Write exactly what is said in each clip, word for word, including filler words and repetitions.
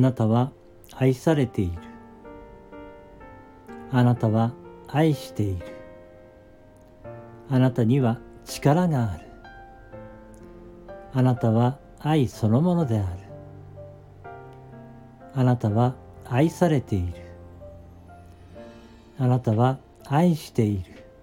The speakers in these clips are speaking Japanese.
なたは愛されている。あなたは愛している。あなたには力がある。あなたは愛そのものである。あなたは愛されている。あなたは愛している。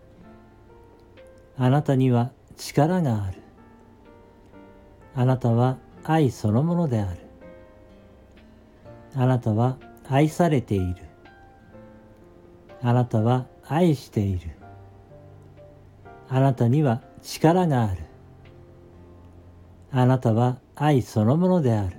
あなたには力がある。あなたは愛そのものである。あなたは愛されている。あなたは愛している。あなたには力がある。あなたは愛そのものである。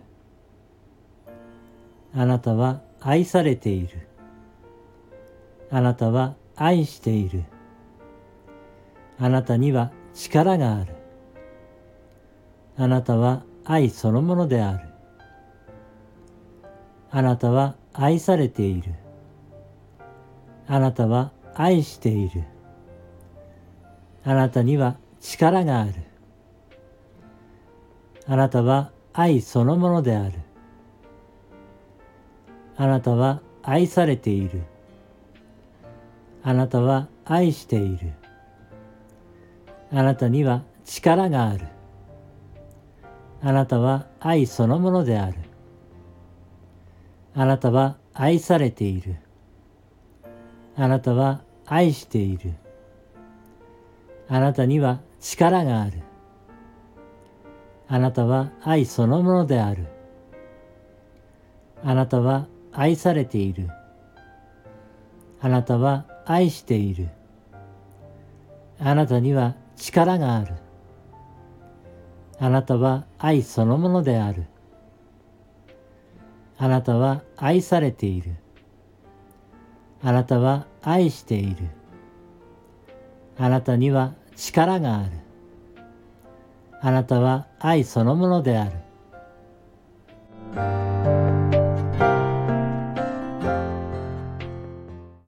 あなたは愛されている。あなたは愛している。あなたには力がある。あなたは愛そのものである。あなたは愛されている。あなたは愛している。あなたには力がある。あなたは愛そのものである。あなたは愛されている。あなたは愛している。あなたには力がある。あなたは愛そのものである。あなたは愛されている。あなたは愛している。あなたには力がある。あなたは愛そのものである。あなたは愛されている。あなたは愛している。あなたには力がある。あなたは愛そのものである。あなたは愛されている。あなたは愛している。あなたには力がある。あなたは愛そのものである。